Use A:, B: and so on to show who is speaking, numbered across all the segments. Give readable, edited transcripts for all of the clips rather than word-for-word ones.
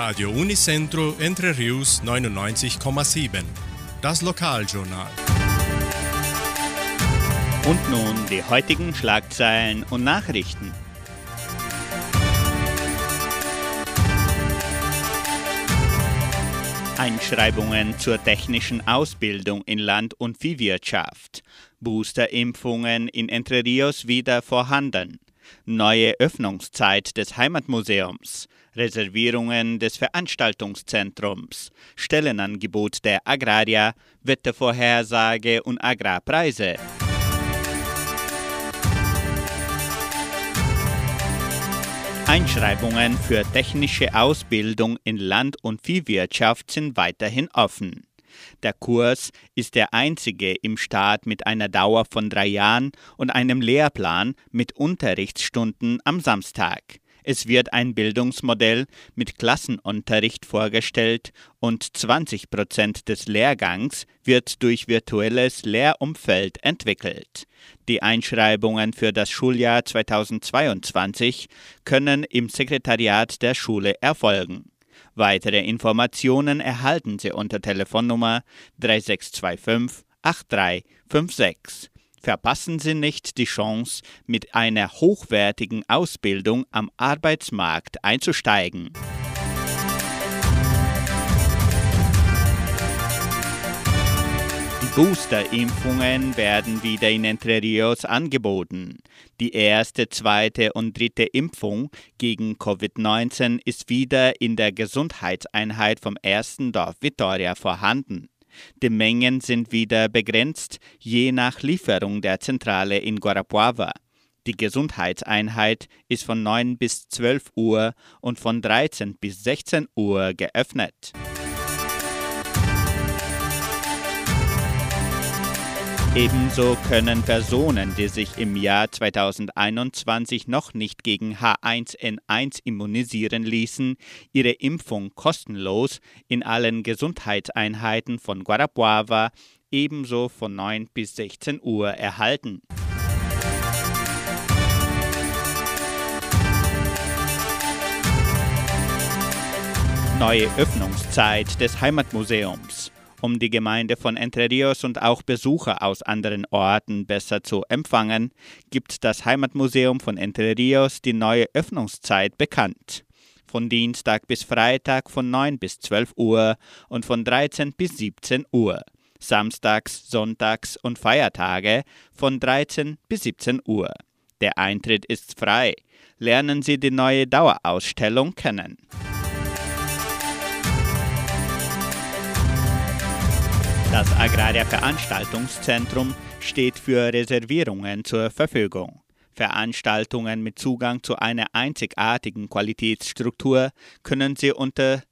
A: Radio Unicentro Entre Rius 99,7. Das Lokaljournal.
B: Und nun die heutigen Schlagzeilen und Nachrichten. Einschreibungen zur technischen Ausbildung in Land- und Viehwirtschaft. Boosterimpfungen in Entre Rios wieder vorhanden. Neue Öffnungszeit des Heimatmuseums. Reservierungen des Veranstaltungszentrums. Stellenangebot der Agraria. Wettervorhersage und Agrarpreise. Einschreibungen für technische Ausbildung in Land- und Viehwirtschaft sind weiterhin offen. Der Kurs ist der einzige im Staat mit einer Dauer von 3 Jahren und einem Lehrplan mit Unterrichtsstunden am Samstag. Es wird ein Bildungsmodell mit Klassenunterricht vorgestellt und 20% des Lehrgangs wird durch virtuelles Lehrumfeld entwickelt. Die Einschreibungen für das Schuljahr 2022 können im Sekretariat der Schule erfolgen. Weitere Informationen erhalten Sie unter Telefonnummer 3625 8356. Verpassen Sie nicht die Chance, mit einer hochwertigen Ausbildung am Arbeitsmarkt einzusteigen. Die Boosterimpfungen werden wieder in Entre Rios angeboten. Die erste, zweite und dritte Impfung gegen Covid-19 ist wieder in der Gesundheitseinheit vom ersten Dorf Vitória vorhanden. Die Mengen sind wieder begrenzt, je nach Lieferung der Zentrale in Guarapuava. Die Gesundheitseinheit ist von 9 bis 12 Uhr und von 13 bis 16 Uhr geöffnet. Ebenso können Personen, die sich im Jahr 2021 noch nicht gegen H1N1 immunisieren ließen, ihre Impfung kostenlos in allen Gesundheitseinheiten von Guarapuava ebenso von 9 bis 16 Uhr erhalten. Neue Öffnungszeit des Heimatmuseums. Um die Gemeinde von Entre Rios und auch Besucher aus anderen Orten besser zu empfangen, gibt das Heimatmuseum von Entre Rios die neue Öffnungszeit bekannt. Von Dienstag bis Freitag von 9 bis 12 Uhr und von 13 bis 17 Uhr. Samstags, Sonntags und Feiertage von 13 bis 17 Uhr. Der Eintritt ist frei. Lernen Sie die neue Dauerausstellung kennen. Das Agraria Veranstaltungszentrum steht für Reservierungen zur Verfügung. Veranstaltungen mit Zugang zu einer einzigartigen Qualitätsstruktur können Sie unter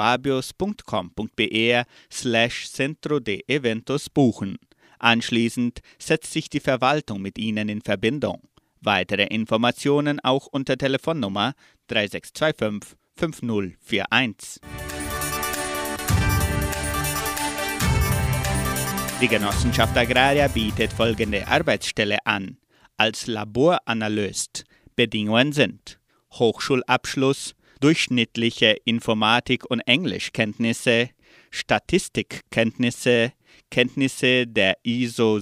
B: suabios.com.br/centro de eventos buchen. Anschließend setzt sich die Verwaltung mit Ihnen in Verbindung. Weitere Informationen auch unter Telefonnummer 3625 5041. Die Genossenschaft Agraria bietet folgende Arbeitsstelle an. Als Laboranalyst. Bedingungen sind Hochschulabschluss, durchschnittliche Informatik- und Englischkenntnisse, Statistikkenntnisse, Kenntnisse der ISO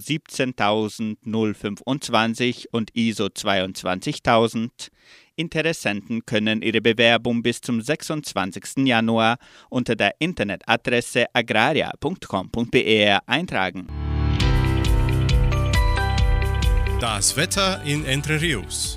B: 17025 und ISO 22000. Interessenten können ihre Bewerbung bis zum 26. Januar unter der Internetadresse agraria.com.br eintragen.
A: Das Wetter in Entre Rios.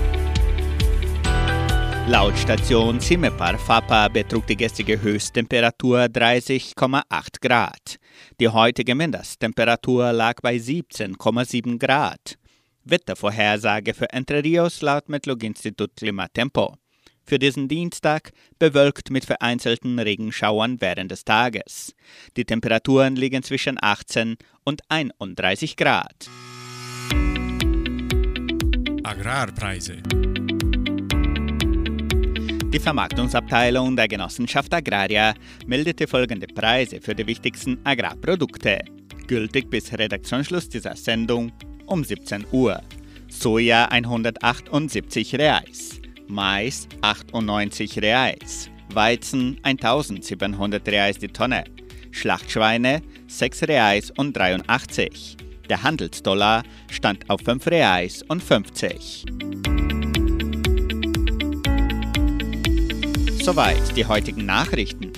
B: Laut Station Cimepar-Fapa betrug die gestrige Höchsttemperatur 30,8 Grad. Die heutige Mindesttemperatur lag bei 17,7 Grad. Wettervorhersage für Entre Rios laut Metlog-Institut Klimatempo. Für diesen Dienstag bewölkt mit vereinzelten Regenschauern während des Tages. Die Temperaturen liegen zwischen 18 und 31 Grad.
A: Agrarpreise.
B: Die Vermarktungsabteilung der Genossenschaft Agraria meldete folgende Preise für die wichtigsten Agrarprodukte. Gültig bis Redaktionsschluss dieser Sendung um 17 Uhr. Soja 178 Reais, Mais 98 Reais, Weizen 1700 Reais die Tonne, Schlachtschweine 6 Reais und 83. Der Handelsdollar stand auf 5 Reais und 50. Soweit die heutigen Nachrichten.